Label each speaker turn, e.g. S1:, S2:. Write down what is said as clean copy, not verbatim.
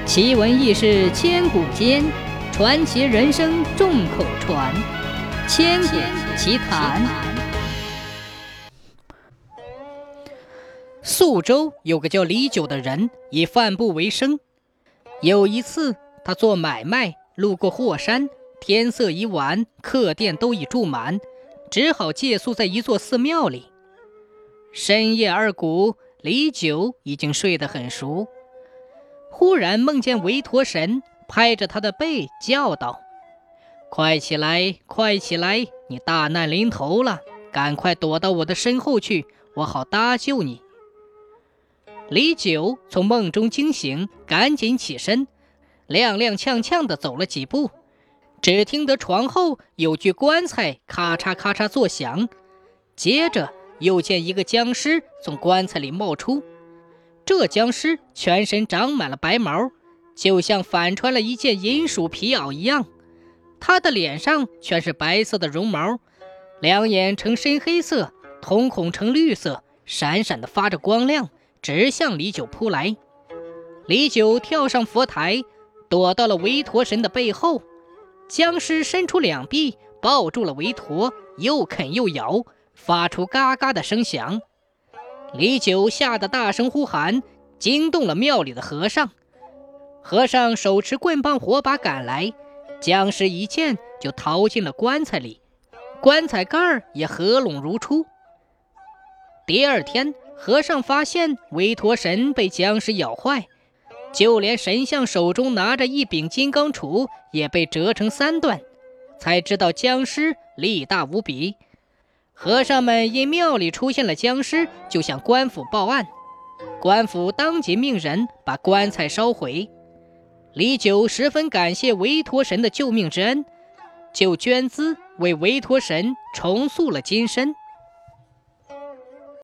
S1: 奇闻异事千古间，传奇人生众口传。千古奇谈。宿州有个叫李九的人，以贩布为生。有一次，他做买卖，路过霍山，天色已晚，客店都已住满，只好借宿在一座寺庙里。深夜2鼓，李九已经睡得很熟。忽然梦见韦陀神拍着他的背叫道：快起来，快起来，你大难临头了，赶快躲到我的身后去，我好搭救你。李九从梦中惊醒，赶紧起身，踉踉跄跄地走了几步，只听得床后有具棺材咔嚓咔嚓作响，接着又见一个僵尸从棺材里冒出。这僵尸全身长满了白毛，就像反穿了一件银鼠皮袄一样，他的脸上全是白色的绒毛，两眼呈深黑色，瞳孔呈绿色，闪闪地发着光亮，直向李九扑来。李九跳上佛台，躲到了韦陀神的背后。僵尸伸出两臂抱住了韦陀，又啃又咬，发出嘎嘎的声响。李九吓得大声呼喊，惊动了庙里的和尚。和尚手持棍棒火把赶来，僵尸一见就逃进了棺材里，棺材盖也合拢如初。第二天，和尚发现韦陀神被僵尸咬坏，就连神像手中拿着一柄金刚杵也被折成3段，才知道僵尸力大无比。和尚们因庙里出现了僵尸，就向官府报案，官府当即命人把棺材烧毁。李九十分感谢韦陀神的救命之恩，就捐资为韦陀神重塑了金身。